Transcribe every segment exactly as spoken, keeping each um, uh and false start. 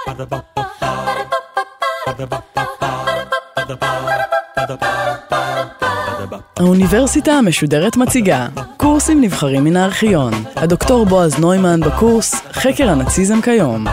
האוניברסיטה המשודרת מציגה קורסים נבחרים מן הארכיון. הדוקטור בועז נוימן בקורס חקר הנאציזם כיום.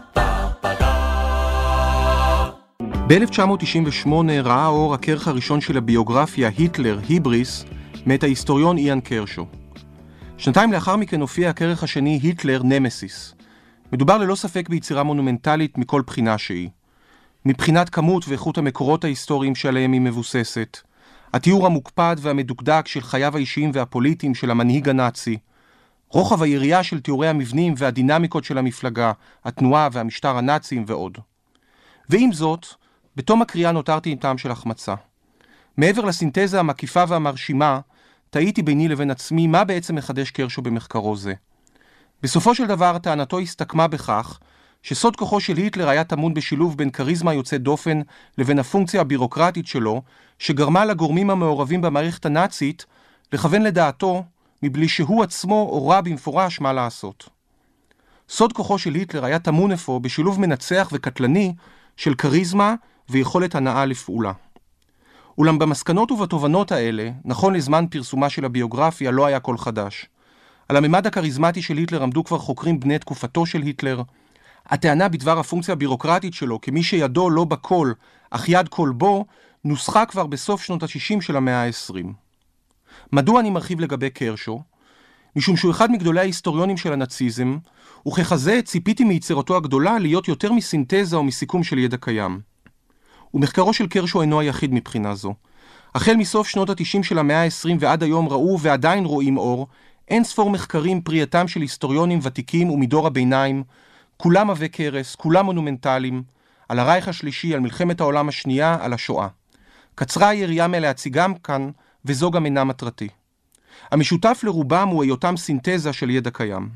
ב-אלף תשע מאות תשעים ושמונה ראה אור הכרך הראשון של הביוגרפיה היטלר, היבריס, מאת ההיסטוריון איאן קרשו. שנתיים לאחר מכן הופיע הכרך השני, היטלר, נמסיס. מדובר ללא ספק ביצירה מונומנטלית מכל בחינה שהיא. מבחינת כמות ואיכות המקורות ההיסטוריים שעליהם היא מבוססת, התיאור המוקפד והמדוקדק של חייו האישיים והפוליטיים של המנהיג הנאצי, רוחב היריעה של תיאורי המבנים והדינמיקות של המפלגה, התנועה והמשטר הנאציים ועוד. ועם זאת, בתום הקריאה נותרתי עם טעם של החמצה. מעבר לסינתזה המקיפה והמרשימה, תהיתי ביני לבין עצמי מה בעצם מחדש קרשו במחקרו זה. בסופו של דבר, טענתו הסתכמה בכך שסוד כוחו של היטלר היה טמון בשילוב בין קריזמה יוצא דופן לבין הפונקציה הבירוקרטית שלו, שגרמה לגורמים המעורבים במערכת הנאצית לכוון לדעתו מבלי שהוא עצמו הורה במפורש מה לעשות. סוד כוחו של היטלר היה טמון אפוא בשילוב מנצח וקטלני של קריזמה ויכולת הנאה לפעולה. אולם במסקנות ובתובנות האלה, נכון לזמן פרסומה של הביוגרפיה, לא היה כל חדש. על הממד הקריזמטי של היטלר עמדו כבר חוקרים בני תקופתו של היטלר. הטענה בדבר הפונקציה הבירוקרטית שלו, כמי שידו לא בכל, אך יד כל בו, נוסחה כבר בסוף שנות ה-שישים של המאה ה-עשרים. מדוע אני מרחיב לגבי קרשו? משום שהוא אחד מגדולי ההיסטוריונים של הנאציזם, וככזה ציפיתי מיצירתו הגדולה להיות יותר מסינתזה או מסיכום של ידע קיים. ומחקרו של קרשו אינו היחיד מבחינה זו. החל מסוף שנות ה-תשעים של המאה ה-עשרים ועד היום ראו ועדיין רואים אור, אין ספור מחקרים פרייתם של היסטוריונים ותיקים ומדור הביניים, כולם עבי קרס, כולם מונומנטליים, על הרייך השלישי, על מלחמת העולם השנייה, על השואה. קצרה היריעה מלהציגם כאן, וזו גם אינה מטרתי. המשותף לרובם הוא היותם סינתזה של ידע קיים.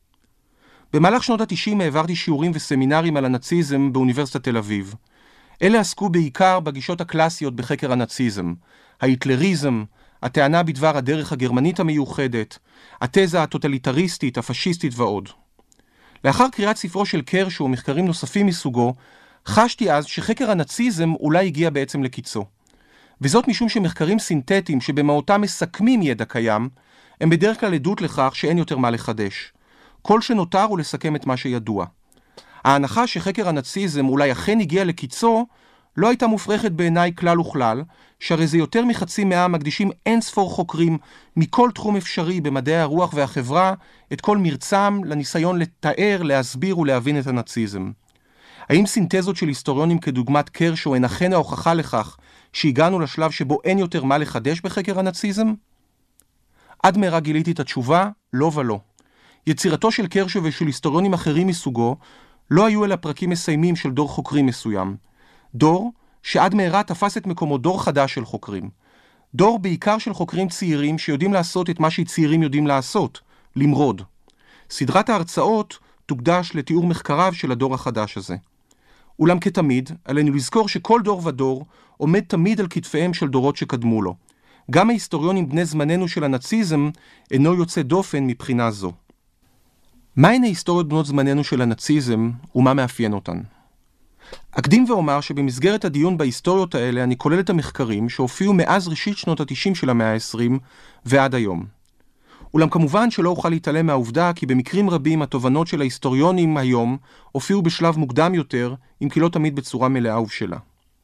במהלך שנות ה-תשעים העברתי שיעורים וסמינרים על הנאציזם באוניברסיטת תל אביב. אלה עסקו בעיקר בגישות הקלאסיות בחקר הנאציזם, ההיטלריזם, הטענה בדבר הדרך הגרמנית המיוחדת, התזה הטוטליטריסטית, הפשיסטית ועוד. לאחר קריאת ספרו של קרשו ומחקרים נוספים מסוגו, חשתי אז שחקר הנאציזם אולי הגיע בעצם לקיצו. וזאת משום שמחקרים סינתטיים שבמהותם מסכמים ידע קיים, הם בדרך כלל עדות לכך שאין יותר מה לחדש. כל שנותר הוא לסכם את מה שידוע. ההנחה שחקר הנאציזם אולי אכן הגיע לקיצו, לא הייתה מופרכת בעיניי כלל וכלל, שהרי זה יותר מחצי מאה מקדישים אין ספור חוקרים מכל תחום אפשרי במדעי הרוח והחברה, את כל מרצם לניסיון לתאר, להסביר ולהבין את הנאציזם. האם סינתזות של היסטוריונים כדוגמת קרשו הן אכן ההוכחה לכך שהגענו לשלב שבו אין יותר מה לחדש בחקר הנאציזם? עד מהרה גיליתי את התשובה, לא ולא. יצירתו של קרשו ושל היסטוריונים אחרים מסוגו לא היו אלא פרקים מסיימים של דור חוקרים מסוים. דור שעד מהרה תפס את מקומו דור חדש של חוקרים. דור בעיקר של חוקרים צעירים שיודעים לעשות את מה שצעירים יודעים לעשות, למרוד. סדרת ההרצאות תוקדש לתיאור מחקריו של הדור החדש הזה. אולם כתמיד, עלינו לזכור שכל דור ודור עומד תמיד על כתפיהם של דורות שקדמו לו. גם ההיסטוריונים בני זמננו של הנאציזם אינו יוצא דופן מבחינה זו. מהן ההיסטוריות בנות זמננו של הנאציזם ומה מאפיין אותן? אקדים ואומר שבמסגרת הדיון בהיסטוריות האלה אני כולל את המחקרים שהופיעו מאז ראשית שנות ה-תשעים של המאה ה-עשרים ועד היום. אולם כמובן שלא אוכל להתעלם מהעובדה כי במקרים רבים התובנות של ההיסטוריונים היום הופיעו בשלב מוקדם יותר, אם כי לא תמיד בצורה מלאה ובשלה.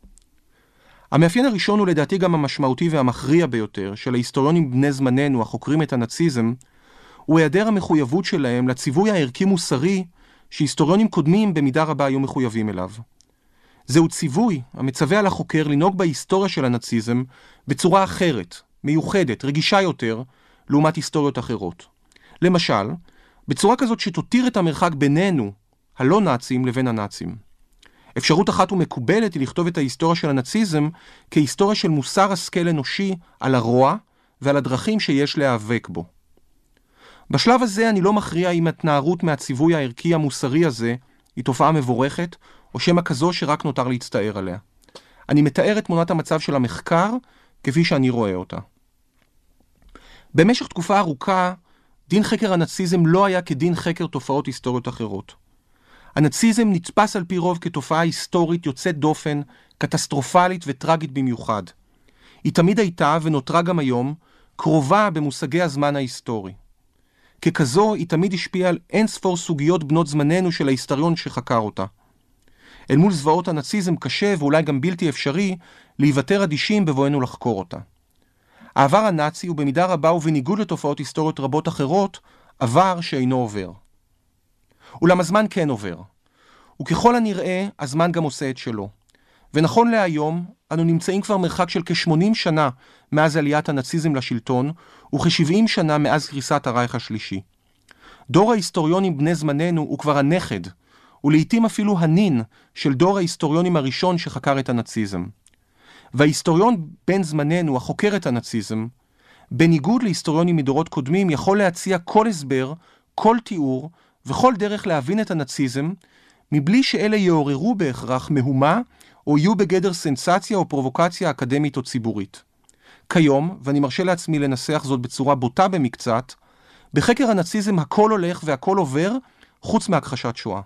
המאפיין הראשון הוא לדעתי גם המשמעותי והמכריע ביותר של ההיסטוריונים בני זמננו החוקרים את הנאציזם, הוא היעדר המחויבות שלהם לציווי הערכי מוסרי שהיסטוריונים קודמים במידה רבה היו מחויבים אליו. זהו ציווי המצווה על החוקר לנהוג בהיסטוריה של הנאציזם בצורה אחרת, מיוחדת, רגישה יותר, לעומת היסטוריות אחרות. למשל, בצורה כזאת שתותיר את המרחק בינינו, הלא נאצים, לבין הנאצים. אפשרות אחת ומקובלת היא לכתוב את ההיסטוריה של הנאציזם כהיסטוריה של מוסר השכל אנושי על הרוע ועל הדרכים שיש להיאבק בו. בשלב הזה אני לא מכריע אם התנערות מהציווי הערכי המוסרי הזה היא תופעה מבורכת, או שמה כזו שרק נותר להצטער עליה. אני מתאר את תמונת המצב של המחקר כפי שאני רואה אותה. במשך תקופה ארוכה, דין חקר הנאציזם לא היה כדין חקר תופעות היסטוריות אחרות. הנאציזם נתפס על פי רוב כתופעה היסטורית יוצאת דופן, קטסטרופלית וטרגית במיוחד. היא תמיד הייתה ונותרה גם היום קרובה במושגי הזמן ההיסטורי. ככזו היא תמיד השפיעה על אין ספור סוגיות בנות זמננו של ההיסטוריון שחקר אותה. אל מול זוועות הנאציזם קשה ואולי גם בלתי אפשרי להיוותר אדישים בבואנו לחקור אותה. העבר הנאצי הוא במידה רבה ובניגוד לתופעות היסטוריות רבות אחרות, עבר שאינו עובר. אולם הזמן כן עובר. וככל הנראה, הזמן גם עושה את שלו. ונכון להיום, אנו נמצאים כבר מרחק של כ-שמונים שנה מאז עליית הנאציזם לשלטון, וכ-שבעים שנה מאז קריסת הרייך השלישי. דור ההיסטוריונים בני זמננו הוא כבר הנכד, ולעיתים אפילו הנין של דור ההיסטוריונים הראשון שחקר את הנאציזם. וההיסטוריון בן זמננו, החוקר את הנאציזם, בניגוד להיסטוריונים מדורות קודמים, יכול להציע כל הסבר, כל תיאור וכל דרך להבין את הנאציזם, מבלי שאלה יעוררו בהכרח מהומה, או יהיו בגדר סנסציה או פרובוקציה אקדמית או ציבורית. כיום, ואני מרשה לעצמי לנסח זאת בצורה בוטה במקצת, בחקר הנאציזם הכל הולך והכל עובר, חוץ מהכחשת שואה.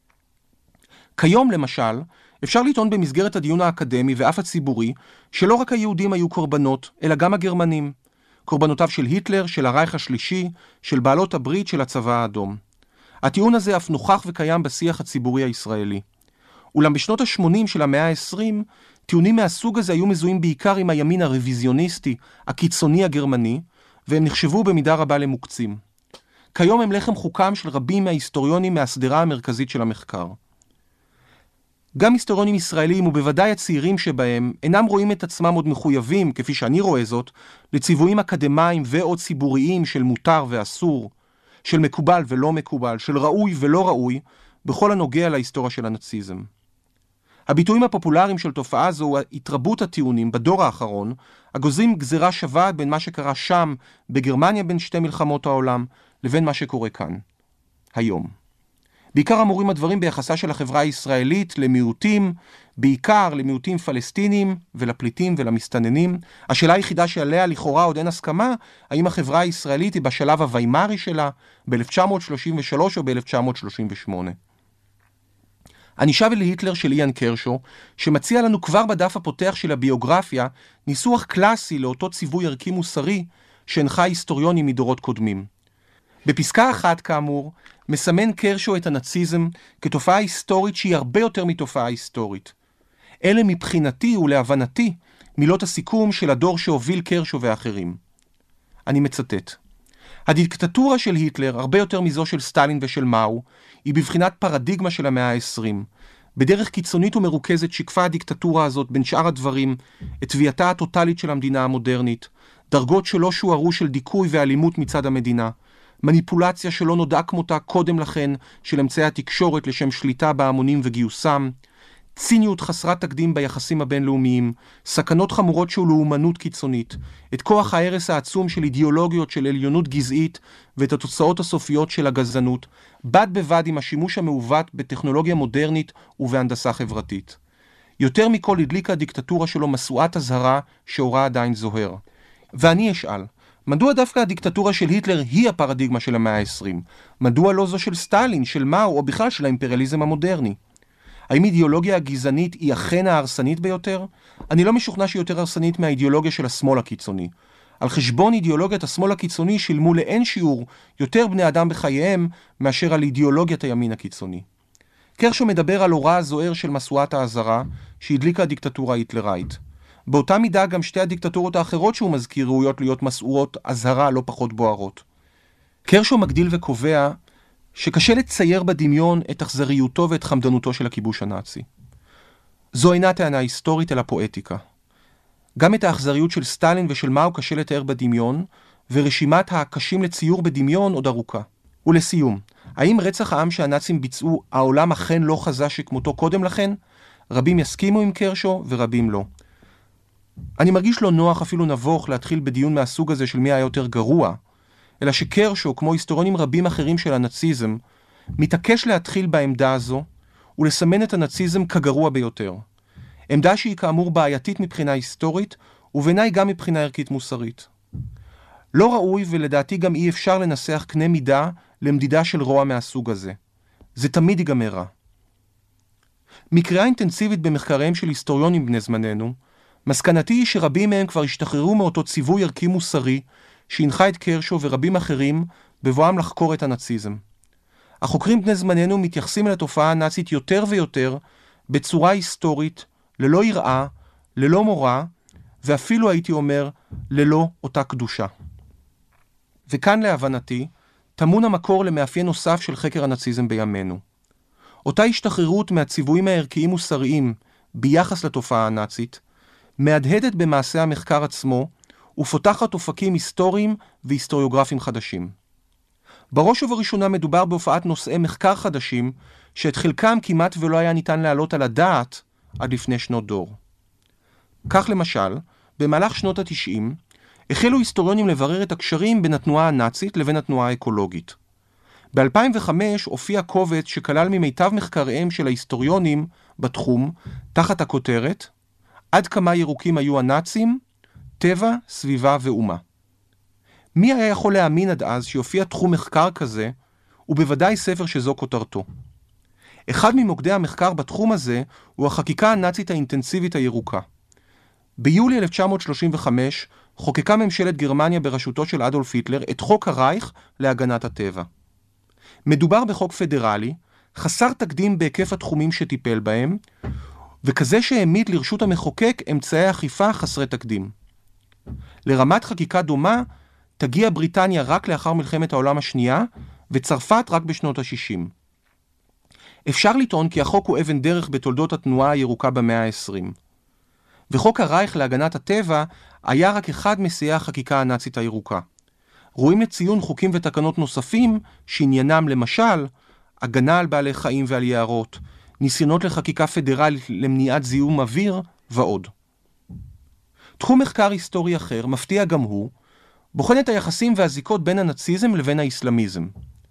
כיום, למשל, אפשר לטעון במסגרת הדיון האקדמי ואף הציבורי, שלא רק היהודים היו קורבנות, אלא גם הגרמנים. קורבנותיו של היטלר, של הרייך השלישי, של בעלות הברית, של הצבא האדום. הטיעון הזה אף נוכח וקיים בשיח הציבורי הישראלי. אולם בשנות ה-שמונים של המאה ה-עשרים, טיעונים מהסוג הזה היו מזוהים בעיקר עם הימין הרוויזיוניסטי, הקיצוני הגרמני, והם נחשבו במידה רבה למוקצים. כיום הם לחם חוקם של רבים מההיסטוריונים מהסדרה המרכזית של המחקר. גם היסטוריונים ישראלים, ובוודאי הצעירים שבהם, אינם רואים את עצמם עוד מחויבים, כפי שאני רואה זאת, לציוויים אקדמיים ועוד ציבוריים של מותר ואסור, של מקובל ולא מקובל, של ראוי ולא ראוי, בכל הנוגע להיסטוריה של הנאציזם. הביטויים הפופולריים של תופעה זו הוא התרבות הטיעונים בדור האחרון, הגוזרים גזירה שווה בין מה שקרה שם בגרמניה בין שתי מלחמות העולם, לבין מה שקורה כאן, היום. בעיקר אמורים הדברים ביחסה של החברה הישראלית למיעוטים, בעיקר למיעוטים פלסטינים ולפליטים ולמסתננים. השאלה היחידה שעליה לכאורה עוד אין הסכמה, האם החברה הישראלית היא בשלב הוויימרי שלה ב-אלף תשע מאות שלושים ושלוש או ב-אלף תשע מאות שלושים ושמונה. אני שב להיטלר של איאן קרשו, שמציע לנו כבר בדף הפותח של הביוגרפיה ניסוח קלאסי לאותו ציווי ערכי מוסרי שהנחה היסטוריונים מדורות קודמים. בפסקה אחת, כאמור, מסמן קרשו את הנאציזם כתופעה היסטורית שהיא הרבה יותר מתופעה היסטורית. אלה מבחינתי ולהבנתי מילות הסיכום של הדור שהוביל קרשו ואחרים. אני מצטט. הדיקטטורה של היטלר, הרבה יותר מזו של סטלין ושל מאו, היא בבחינת פרדיגמה של המאה ה-עשרים. בדרך קיצונית ומרוכזת שיקפה הדיקטטורה הזאת בין שאר הדברים את תביעתה הטוטלית של המדינה המודרנית, דרגות שלא שוערו של דיכוי ואלימות מצד המדינה, מניפולציה שלא נודעה כמותה קודם לכן של אמצעי התקשורת לשם שליטה בהמונים וגיוסם, ציניות חסרת תקדים ביחסים הבינלאומיים, סכנות חמורות של לאומנות קיצונית, את כוח ההרס העצום של אידיאולוגיות של עליונות גזעית ואת התוצאות הסופיות של הגזענות, בד בבד עם השימוש המעוות בטכנולוגיה מודרנית ובהנדסה חברתית. יותר מכל הדליקה הדיקטטורה שלו משואת אזהרה שאורה עדיין זוהר. ואני אשאל, מדוע דווקא הדיקטטורה של היטלר היא הפרדיגמה של המאה ה-עשרים? מדוע לא זו של סטלין, של מאו או בכלל של האימפריאליזם המודרני? האם אידיאולוגיה הגזענית היא אכן ההרסנית ביותר? אני לא משוכנע שהיא יותר הרסנית מהאידיאולוגיה של השמאל הקיצוני. על חשבון אידיאולוגיית השמאל הקיצוני שילמו לאין שיעור יותר בני אדם בחייהם מאשר על אידיאולוגיית הימין הקיצוני. קרשו מדבר על הוראה הזוהר של משואת האזהרה שהדליקה הדיקטטורה ההיטלראית. באותה מידה גם שתי הדיקטטורות האחרות שהוא מזכיר ראויות להיות מסעורות אזהרה לא פחות בוערות. קרשו מגדיל וקובע שקשה לצייר בדמיון את אכזריותו ואת חמדנותו של הכיבוש הנאצי. זו אינה טענה היסטורית אלא פואטיקה. גם את האכזריות של סטלין ושל מאו קשה לתאר בדמיון, ורשימת הקשים לציור בדמיון עוד ארוכה. ולסיום, האם רצח העם שהנאצים ביצעו העולם אכן לא חזה שכמותו קודם לכן? רבים יסכימו עם קרשו ורבים לא. אני מרגיש לא נוח אפילו נבוך להתחיל בדיון מהסוג הזה של מי היה יותר גרוע, אלא שקרשו, כמו היסטוריונים רבים אחרים של הנאציזם, מתעקש להתחיל בעמדה הזו ולסמן את הנאציזם כגרוע ביותר. עמדה שהיא כאמור בעייתית מבחינה היסטורית, ובעיניי גם מבחינה ערכית מוסרית. לא ראוי ולדעתי גם אי אפשר לנסח קנה מידה למדידה של רוע מהסוג הזה. זה תמיד ייגמר רע. מקריאה אינטנסיבית במחקריהם של היסטוריונים בני זמננו, מסקנתי היא שרבים מהם כבר השתחררו מאותו ציווי ערכי מוסרי שהנחה את קרשו ורבים אחרים בבואם לחקור את הנאציזם. החוקרים בני זמננו מתייחסים אל התופעה הנאצית יותר ויותר בצורה היסטורית, ללא יראה, ללא מורא, ואפילו הייתי אומר, ללא אותה קדושה. וכאן להבנתי, טמון המקור למאפיין נוסף של חקר הנאציזם בימינו. אותה השתחררות מהציוויים הערכיים מוסריים ביחס לתופעה הנאצית, מהדהדת במעשה המחקר עצמו, ופותחת אופקים היסטוריים והיסטוריוגרפיים חדשים. בראש ובראשונה מדובר בהופעת נושאי מחקר חדשים, שאת חלקם כמעט ולא היה ניתן להעלות על הדעת עד לפני שנות דור. כך למשל, במהלך שנות ה-תשעים, החלו היסטוריונים לברר את הקשרים בין התנועה הנאצית לבין התנועה האקולוגית. ב-אלפיים וחמש הופיע קובץ שכלל ממיטב מחקריהם של ההיסטוריונים בתחום, תחת הכותרת, עד כמה ירוקים היו הנאצים, טבע, סביבה ואומה. מי היה יכול להאמין עד אז שיופיע תחום מחקר כזה, ובוודאי ספר שזו כותרתו. אחד ממוקדי המחקר בתחום הזה הוא החקיקה הנאצית האינטנסיבית הירוקה. ביולי אלף תשע מאות שלושים וחמש חוקקה ממשלת גרמניה בראשותו של אדולף היטלר את חוק הרייך להגנת הטבע. מדובר בחוק פדרלי, חסר תקדים בהיקף התחומים שטיפל בהם, וכזה שהעמיד לרשות המחוקק אמצעי אכיפה חסרי תקדים. לרמת חקיקה דומה תגיע בריטניה רק לאחר מלחמת העולם השנייה, וצרפת רק בשנות ה-שישים. אפשר לטעון כי החוק הוא אבן דרך בתולדות התנועה הירוקה במאה ה-עשרים. וחוק הרייך להגנת הטבע היה רק אחד משיאי החקיקה הנאצית הירוקה. רואים לציון חוקים ותקנות נוספים שעניינם למשל הגנה על בעלי חיים ועל יערות, ניסיונות לחקיקה פדרלית למניעת זיהום אוויר ועוד. תחום מחקר היסטורי אחר, מפתיע גם הוא, בוחן את היחסים והזיקות בין הנאציזם לבין האסלאמיזם.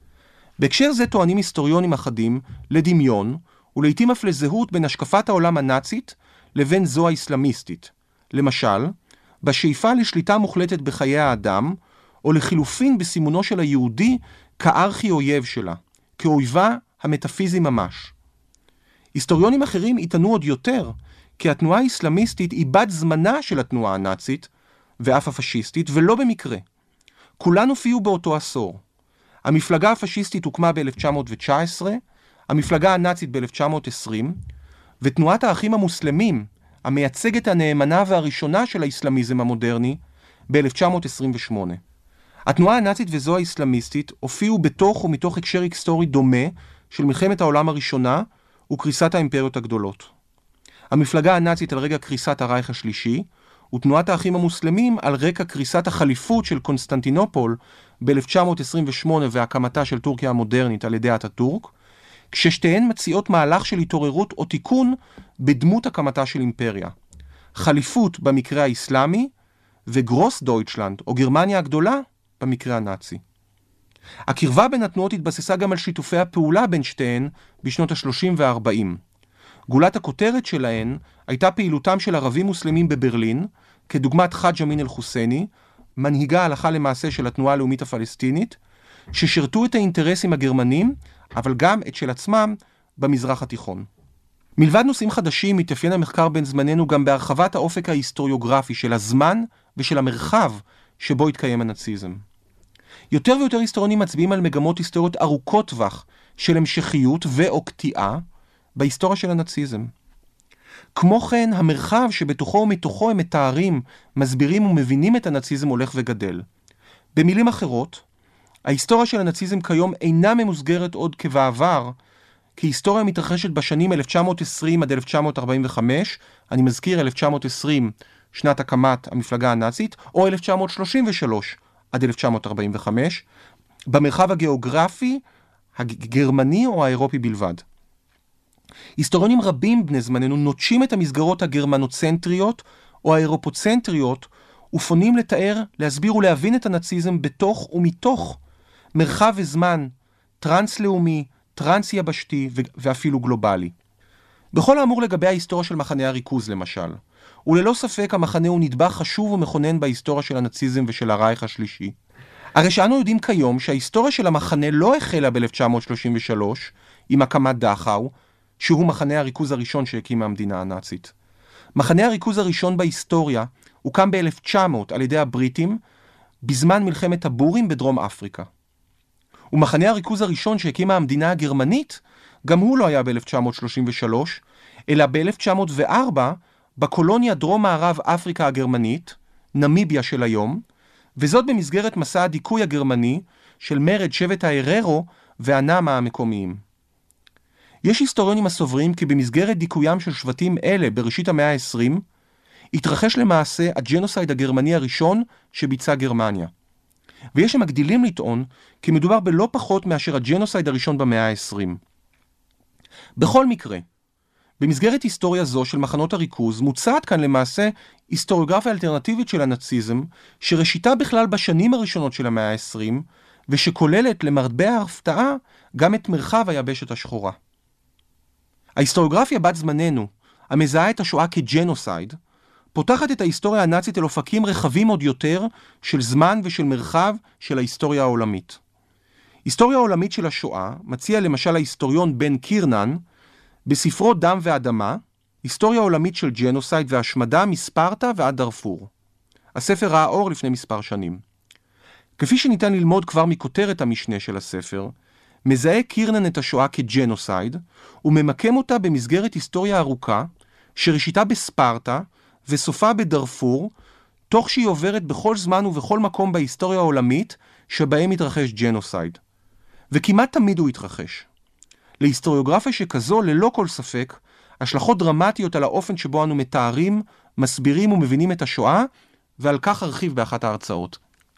בהקשר זה טוענים היסטוריונים אחדים לדמיון, ולעיתים אף לזהות בין השקפת העולם הנאצית לבין זו האסלאמיסטית. למשל, בשאיפה לשליטה מוחלטת בחיי האדם, או לחילופין בסימונו של היהודי כארכי אויב שלה, כאויבה המטאפיזי ממש. היסטוריונים אחרים יטענו עוד יותר, כי התנועה האסלאמיסטית היא בת זמנה של התנועה הנאצית, ואף הפשיסטית, ולא במקרה. כולן הופיעו באותו עשור. המפלגה הפשיסטית הוקמה ב-אלף תשע מאות תשע עשרה, המפלגה הנאצית ב-אלף תשע מאות עשרים, ותנועת האחים המוסלמים, המייצגת הנאמנה והראשונה של האסלאמיזם המודרני, ב-אלף תשע מאות עשרים ושמונה. התנועה הנאצית וזו האסלאמיסטית הופיעו בתוך ומתוך הקשר היסטורי דומה של מלחמת העולם הראשונה וקריסת האימפריות הגדולות. המפלגה הנאצית על רקע קריסת הרייך השלישי, ותנועת האחים המוסלמים על רקע קריסת החליפות של קונסטנטינופול ב-אלף תשע מאות עשרים ושמונה והקמתה של טורקיה המודרנית על ידי אטאטורק, כששתיהן מציעות מהלך של התעוררות או תיקון בדמות הקמתה של אימפריה. חליפות במקרה האסלאמי וגרוס דויטשלנד או גרמניה הגדולה במקרה הנאצי. הקרבה בין התנועות התבססה גם על שיתופי הפעולה בין שתיהן בשנות ה-שלושים וה-ארבעים. גולת הכותרת שלהן הייתה פעילותם של ערבים מוסלמים בברלין, כדוגמת חאג' אמין אל-חוסייני, מנהיגה הלכה למעשה של התנועה הלאומית הפלסטינית, ששירתו את האינטרסים הגרמנים, אבל גם את של עצמם במזרח התיכון. מלבד נושאים חדשים מתאפיין המחקר בין זמננו גם בהרחבת האופק ההיסטוריוגרפי של הזמן ושל המרחב שבו התקיים הנאציזם. יותר ויותר היסטוריונים מצביעים על מגמות היסטוריות ארוכות טווח של המשכיות ו/או קטיעה בהיסטוריה של הנאציזם. כמו כן, המרחב שבתוכו ומתוכו הם מתארים, מסבירים ומבינים את הנאציזם הולך וגדל. במילים אחרות, ההיסטוריה של הנאציזם כיום אינה ממוסגרת עוד כבעבר, כהיסטוריה מתרחשת בשנים אלף תשע מאות עשרים עד אלף תשע מאות ארבעים וחמש, אני מזכיר אלף תשע מאות עשרים, שנת הקמת המפלגה הנאצית, או אלף תשע מאות שלושים ושלוש עד אלף תשע מאות ארבעים וחמש, במרחב הגיאוגרפי, הגרמני או האירופי בלבד. היסטוריונים רבים בני זמננו נוטשים את המסגרות הגרמנוצנטריות או האירופוצנטריות ופונים לתאר, להסביר ולהבין את הנאציזם בתוך ומתוך מרחב וזמן טרנס-לאומי, טרנס-יבשתי ואפילו גלובלי. בכל האמור לגבי ההיסטוריה של מחנה הריכוז למשל, וללא ספק המחנה הוא נדבך חשוב ומכונן בהיסטוריה של הנאציזם ושל הרייך השלישי. הרי שאנו יודעים כיום שההיסטוריה של המחנה לא החלה ב-אלף תשע מאות שלושים ושלוש עם הקמת דכאו, שהוא מחנה הריכוז הראשון שהקימה המדינה הנאצית. מחנה הריכוז הראשון בהיסטוריה הוקם ב-אלף תשע מאות על ידי הבריטים בזמן מלחמת הבורים בדרום אפריקה. ומחנה הריכוז הראשון שהקימה המדינה הגרמנית גם הוא לא היה ב-אלף תשע מאות שלושים ושלוש, אלא ב-אלף תשע מאות וארבע בקולוניה דרום מערב אפריקה הגרמנית, נמיביה של היום, וזאת במסגרת מסע הדיכוי הגרמני של מרד שבט ההררו והנאמה המקומיים. יש היסטוריונים הסוברים כי במסגרת דיכויים של שבטים אלה בראשית המאה ה-עשרים, התרחש למעשה הג'נוסייד הגרמני הראשון שביצע גרמניה. ויש שמגדילים לטעון כי מדובר בלא פחות מאשר הג'נוסייד הראשון במאה ה-עשרים. בכל מקרה, במסגרת היסטוריה זו של מחנות הריכוז, מוצעת כאן למעשה היסטוריוגרפיה אלטרנטיבית של הנאציזם, שראשיתה בכלל בשנים הראשונות של המאה ה-עשרים, ושכוללת למרבה ההפתעה גם את מרחב היבשת השחורה. ההיסטוריוגרפיה בת זמננו, המזהה את השואה כג'נוסייד, פותחת את ההיסטוריה הנאצית אל אופקים רחבים עוד יותר של זמן ושל מרחב של ההיסטוריה העולמית. היסטוריה העולמית של השואה מציע למשל ההיסטוריון בן קירנן, בספרו דם ואדמה, היסטוריה עולמית של ג'נוסייד והשמדה מספרטה ועד דרפור. הספר ראה אור לפני מספר שנים. כפי שניתן ללמוד כבר מכותרת המשנה של הספר, מזהה קירנן את השואה כג'נוסייד, וממקם אותה במסגרת היסטוריה ארוכה, שראשיתה בספרטה וסופה בדרפור, תוך שהיא עוברת בכל זמן ובכל מקום בהיסטוריה העולמית שבהם מתרחש ג'נוסייד. וכמעט תמיד הוא התרחש. להיסטוריוגרפיה שכזו, ללא כל ספק, השלכות דרמטיות על האופן שבו אנו מתארים, מסבירים ומבינים את השואה, ועל כך ארחיב באחת ההרצאות.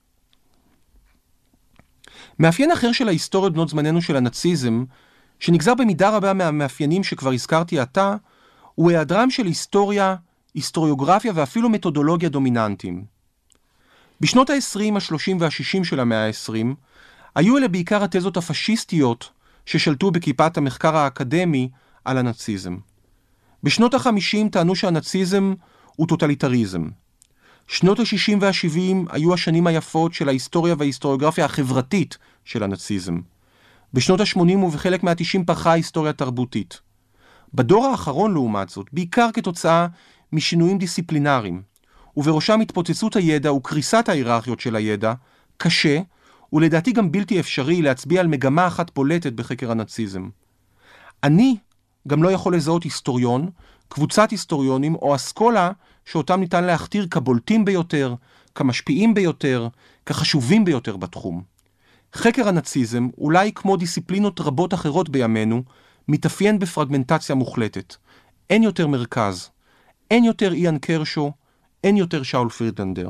מאפיין אחר של ההיסטוריות בנות זמננו של הנאציזם, שנגזר במידה רבה מהמאפיינים שכבר הזכרתי עתה, הוא היעדרם של היסטוריה, היסטוריוגרפיה ואפילו מתודולוגיה דומיננטיים. בשנות ה-עשרים, ה-שלושים וה-שישים של המאה ה-עשרים, היו אלה בעיקר התזות הפשיסטיות ששלטו בכיפת המחקר האקדמי על הנאציזם. בשנות ה-חמישים טענו שהנאציזם הוא טוטליטריזם. שנות ה-שישים וה-שבעים היו השנים היפות של ההיסטוריה וההיסטוריוגרפיה החברתית של הנאציזם. בשנות ה-שמונים ובחלק מה-תשעים פרחה ההיסטוריה תרבותית. בדור האחרון לעומת זאת, בעיקר כתוצאה משינויים דיסציפלינריים, ובראשם התפוצצות הידע וקריסת ההיררכיות של הידע, קשה, ולדעתי גם בלתי אפשרי להצביע על מגמה אחת בולטת בחקר הנאציזם. אני גם לא יכול לזהות היסטוריון, קבוצת היסטוריונים או אסכולה שאותם ניתן להכתיר כבולטים ביותר, כמשפיעים ביותר, כחשובים ביותר בתחום. חקר הנאציזם, אולי כמו דיסציפלינות רבות אחרות בימינו, מתאפיין בפרגמנטציה מוחלטת. אין יותר מרכז, אין יותר איאן קרשו, אין יותר שאול פרידלנדר.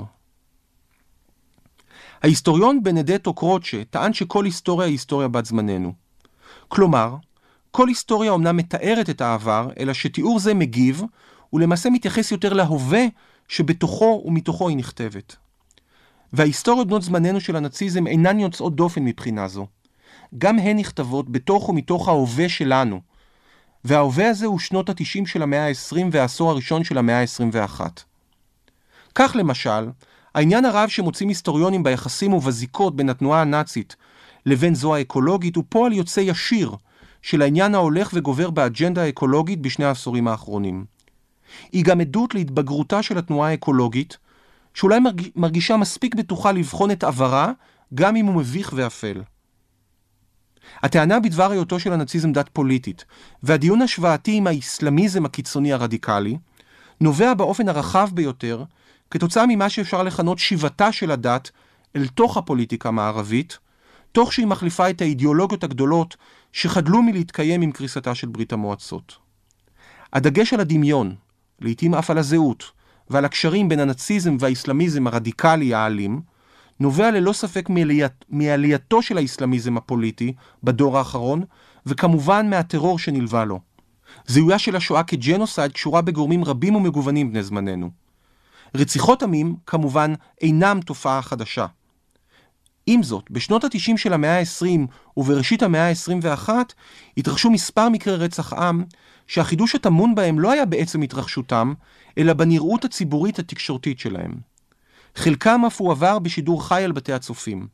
ההיסטוריון בנדטו קרוצ'ה טען שכל היסטוריה היא היסטוריה בת זמננו. כלומר, כל היסטוריה אומנם מתארת את העבר, אלא שתיאור זה מגיב, ולמעשה מתייחס יותר להווה שבתוכו ומתוכו היא נכתבת. וההיסטוריות בנות זמננו של הנאציזם אינן יוצאות דופן מבחינה זו. גם הן נכתבות בתוך ומתוך ההווה שלנו, וההווה הזה הוא שנות ה-תשעים של המאה ה-עשרים והעשור הראשון של המאה ה-עשרים ואחת. כך למשל, העניין הרב שמוצאים היסטוריונים ביחסים ובזיקות בין התנועה הנאצית לבין זו האקולוגית הוא פועל יוצא ישיר של העניין ההולך וגובר באג'נדה האקולוגית בשני העשורים האחרונים. היא גם עדות להתבגרותה של התנועה האקולוגית, שאולי מרג... מרגישה מספיק בטוחה לבחון את עברה, גם אם הוא מביך ואפל. הטענה בדבר היותו של הנאציזם דת פוליטית, והדיון השוואתי עם האסלאמיזם הקיצוני הרדיקלי, נובע באופן הרחב ביותר, כתוצאה ממה שאפשר לכנות שיבתה של הדת אל תוך הפוליטיקה המערבית, תוך שהיא מחליפה את האידיאולוגיות הגדולות שחדלו מלהתקיים עם קריסתה של ברית המועצות. הדגש על הדמיון, לעתים אף על הזהות, ועל הקשרים בין הנאציזם והאסלאמיזם הרדיקלי האלים, נובע ללא ספק מעליית, מעלייתו של האסלאמיזם הפוליטי בדור האחרון, וכמובן מהטרור שנלווה לו. זיהויה של השואה כג'נוסייד קשורה בגורמים רבים ומגוונים בני זמננו. רציחות עמים, כמובן, אינם תופעה חדשה. עם זאת, בשנות ה-תשעים של המאה ה-עשרים ובראשית המאה ה-עשרים ואחת, התרחשו מספר מקרי רצח עם, שהחידוש הטמון בהם לא היה בעצם התרחשותם, אלא בנראות הציבורית התקשורתית שלהם. חלקם אף הועבר בשידור חי על בתי הצופים.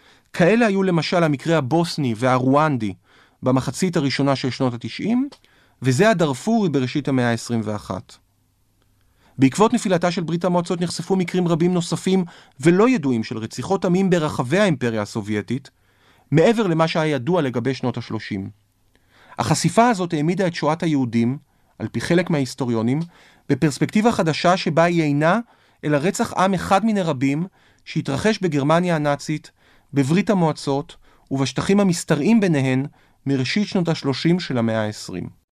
כאלה היו למשל המקרה הבוסני והרואנדי במחצית הראשונה של שנות ה-תשעים, וזה הדארפורי בראשית המאה ה-עשרים ואחת. בעקבות נפילתה של ברית המועצות נחשפו מקרים רבים נוספים ולא ידועים של רציחות עמים ברחבי האימפריה הסובייטית, מעבר למה שהיה ידוע לגבי שנות ה-שלושים. החשיפה הזאת העמידה את שואת היהודים, על פי חלק מההיסטוריונים, בפרספקטיבה חדשה שבה היא אינה, אלא רצח עם אחד מיני רבים שהתרחש בגרמניה הנאצית, בברית המועצות ובשטחים המסתרעים ביניהן מראשית שנות ה-שלושים של המאה ה-עשרים.